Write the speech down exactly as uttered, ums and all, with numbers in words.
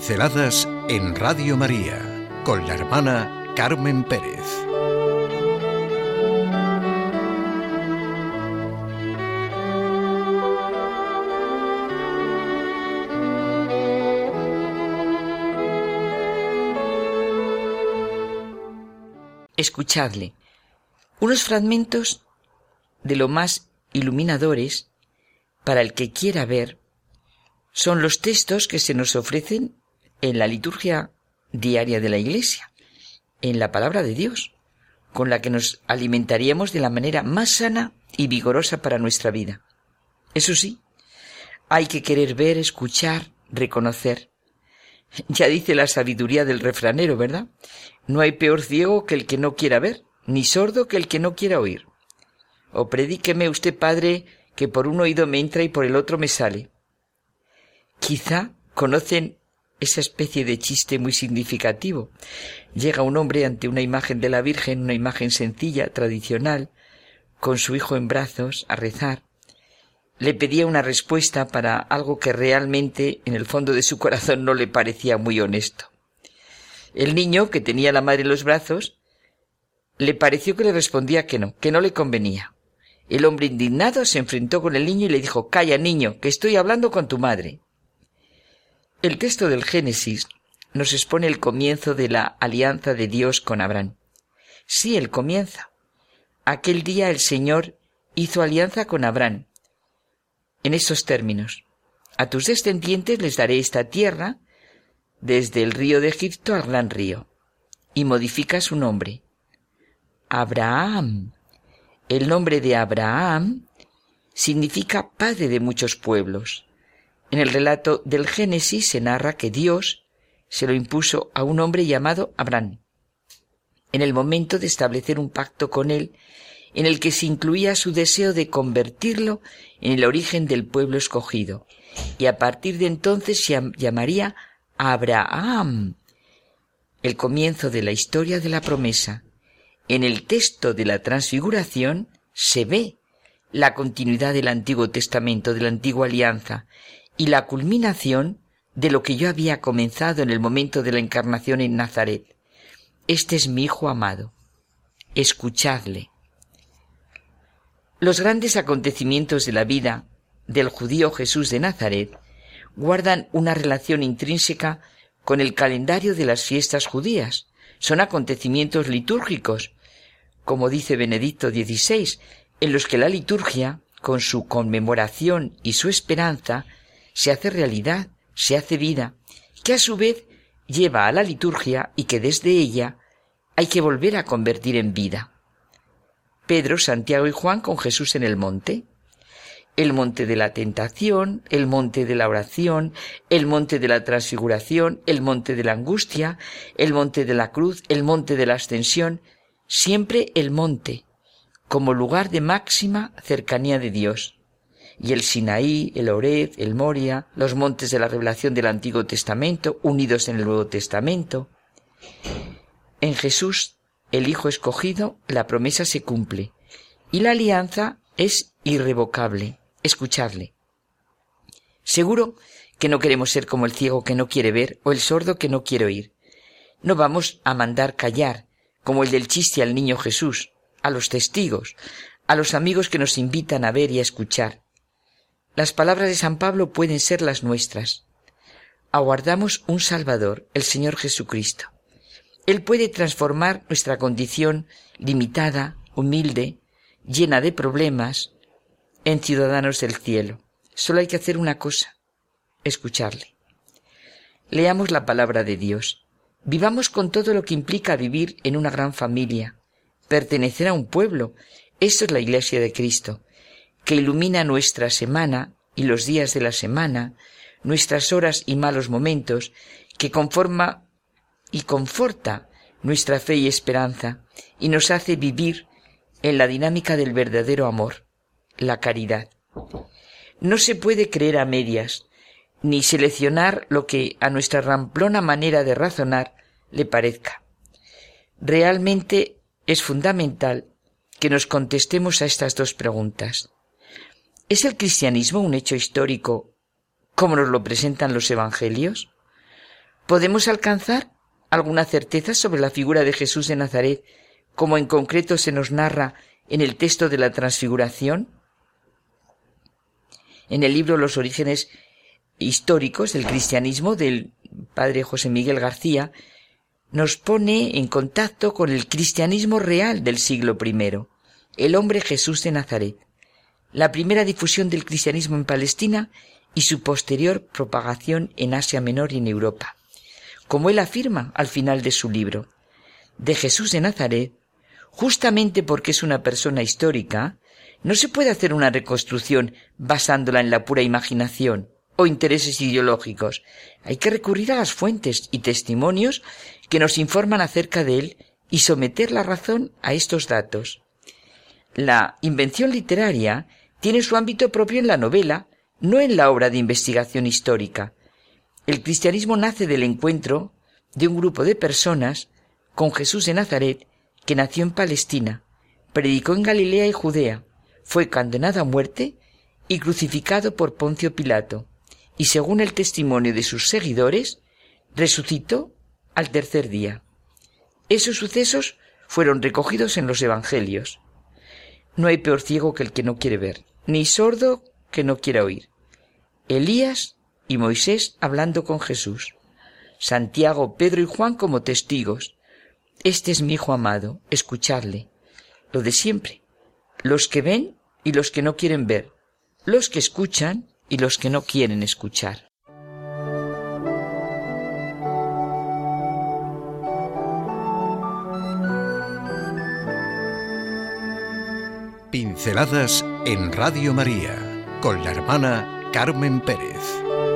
Pinceladas en Radio María con la hermana Carmen Pérez. Escuchadle. Unos fragmentos de lo más iluminadores para el que quiera ver son los textos que se nos ofrecen en la liturgia diaria de la Iglesia, en la palabra de Dios, con la que nos alimentaríamos de la manera más sana y vigorosa para nuestra vida. Eso sí, hay que querer ver, escuchar, reconocer. Ya dice la sabiduría del refranero, ¿verdad? No hay peor ciego que el que no quiera ver, ni sordo que el que no quiera oír. O predíqueme usted, padre, que por un oído me entra y por el otro me sale. Quizá conocen esa especie de chiste muy significativo. Llega un hombre ante una imagen de la Virgen, una imagen sencilla, tradicional, con su hijo en brazos, a rezar. Le pedía una respuesta para algo que realmente en el fondo de su corazón no le parecía muy honesto. El niño, que tenía a la madre en los brazos, le pareció que le respondía que no, que no le convenía. El hombre indignado se enfrentó con el niño y le dijo: «Calla, niño, que estoy hablando con tu madre». El texto del Génesis nos expone el comienzo de la alianza de Dios con Abraham. Sí, el comienzo. Aquel día el Señor hizo alianza con Abraham en estos términos: «A tus descendientes les daré esta tierra, desde el río de Egipto al gran río». Y modifica su nombre. Abraham. El nombre de Abraham significa padre de muchos pueblos. En el relato del Génesis se narra que Dios se lo impuso a un hombre llamado Abraham, en el momento de establecer un pacto con él, en el que se incluía su deseo de convertirlo en el origen del pueblo escogido, y a partir de entonces se llamaría Abraham, el comienzo de la historia de la promesa. En el texto de la Transfiguración se ve la continuidad del Antiguo Testamento, de la Antigua Alianza, y la culminación de lo que yo había comenzado en el momento de la encarnación en Nazaret. Este es mi Hijo amado. Escuchadle. Los grandes acontecimientos de la vida del judío Jesús de Nazaret guardan una relación intrínseca con el calendario de las fiestas judías. Son acontecimientos litúrgicos, como dice Benedicto dieciséis, en los que la liturgia, con su conmemoración y su esperanza, se hace realidad, se hace vida, que a su vez lleva a la liturgia y que desde ella hay que volver a convertir en vida. Pedro, Santiago y Juan con Jesús en el monte. El monte de la tentación, el monte de la oración, el monte de la transfiguración, el monte de la angustia, el monte de la cruz, el monte de la ascensión, siempre el monte, como lugar de máxima cercanía de Dios. Y el Sinaí, el Horeb, el Moria, los montes de la revelación del Antiguo Testamento, unidos en el Nuevo Testamento. En Jesús, el Hijo escogido, la promesa se cumple, y la alianza es irrevocable. Escuchadle. Seguro que no queremos ser como el ciego que no quiere ver o el sordo que no quiere oír. No vamos a mandar callar, como el del chiste al niño Jesús, a los testigos, a los amigos que nos invitan a ver y a escuchar. Las palabras de San Pablo pueden ser las nuestras. Aguardamos un Salvador, el Señor Jesucristo. Él puede transformar nuestra condición limitada, humilde, llena de problemas, en ciudadanos del cielo. Solo hay que hacer una cosa: escucharle. Leamos la palabra de Dios. Vivamos con todo lo que implica vivir en una gran familia, pertenecer a un pueblo. Esto es la Iglesia de Cristo, que ilumina nuestra semana y los días de la semana, nuestras horas y malos momentos, que conforma y conforta nuestra fe y esperanza, y nos hace vivir en la dinámica del verdadero amor, la caridad. No se puede creer a medias, ni seleccionar lo que a nuestra ramplona manera de razonar le parezca. Realmente es fundamental que nos contestemos a estas dos preguntas. ¿Es el cristianismo un hecho histórico como nos lo presentan los evangelios? ¿Podemos alcanzar alguna certeza sobre la figura de Jesús de Nazaret, como en concreto se nos narra en el texto de la Transfiguración? En el libro Los orígenes históricos del cristianismo del padre José Miguel García, nos pone en contacto con el cristianismo real del siglo primero, el hombre Jesús de Nazaret, la primera difusión del cristianismo en Palestina y su posterior propagación en Asia Menor y en Europa. Como él afirma al final de su libro, de Jesús de Nazaret, justamente porque es una persona histórica, no se puede hacer una reconstrucción basándola en la pura imaginación o intereses ideológicos. Hay que recurrir a las fuentes y testimonios que nos informan acerca de él y someter la razón a estos datos. La invención literaria tiene su ámbito propio en la novela, no en la obra de investigación histórica. El cristianismo nace del encuentro de un grupo de personas con Jesús de Nazaret, que nació en Palestina, predicó en Galilea y Judea, fue condenado a muerte y crucificado por Poncio Pilato, y según el testimonio de sus seguidores, resucitó al tercer día. Esos sucesos fueron recogidos en los evangelios. No hay peor ciego que el que no quiere ver, ni sordo que no quiera oír. Elías y Moisés hablando con Jesús, Santiago, Pedro y Juan como testigos. Este es mi Hijo amado, escuchadle. Lo de siempre, los que ven y los que no quieren ver, los que escuchan y los que no quieren escuchar. Pinceladas en Radio María con la hermana Carmen Pérez.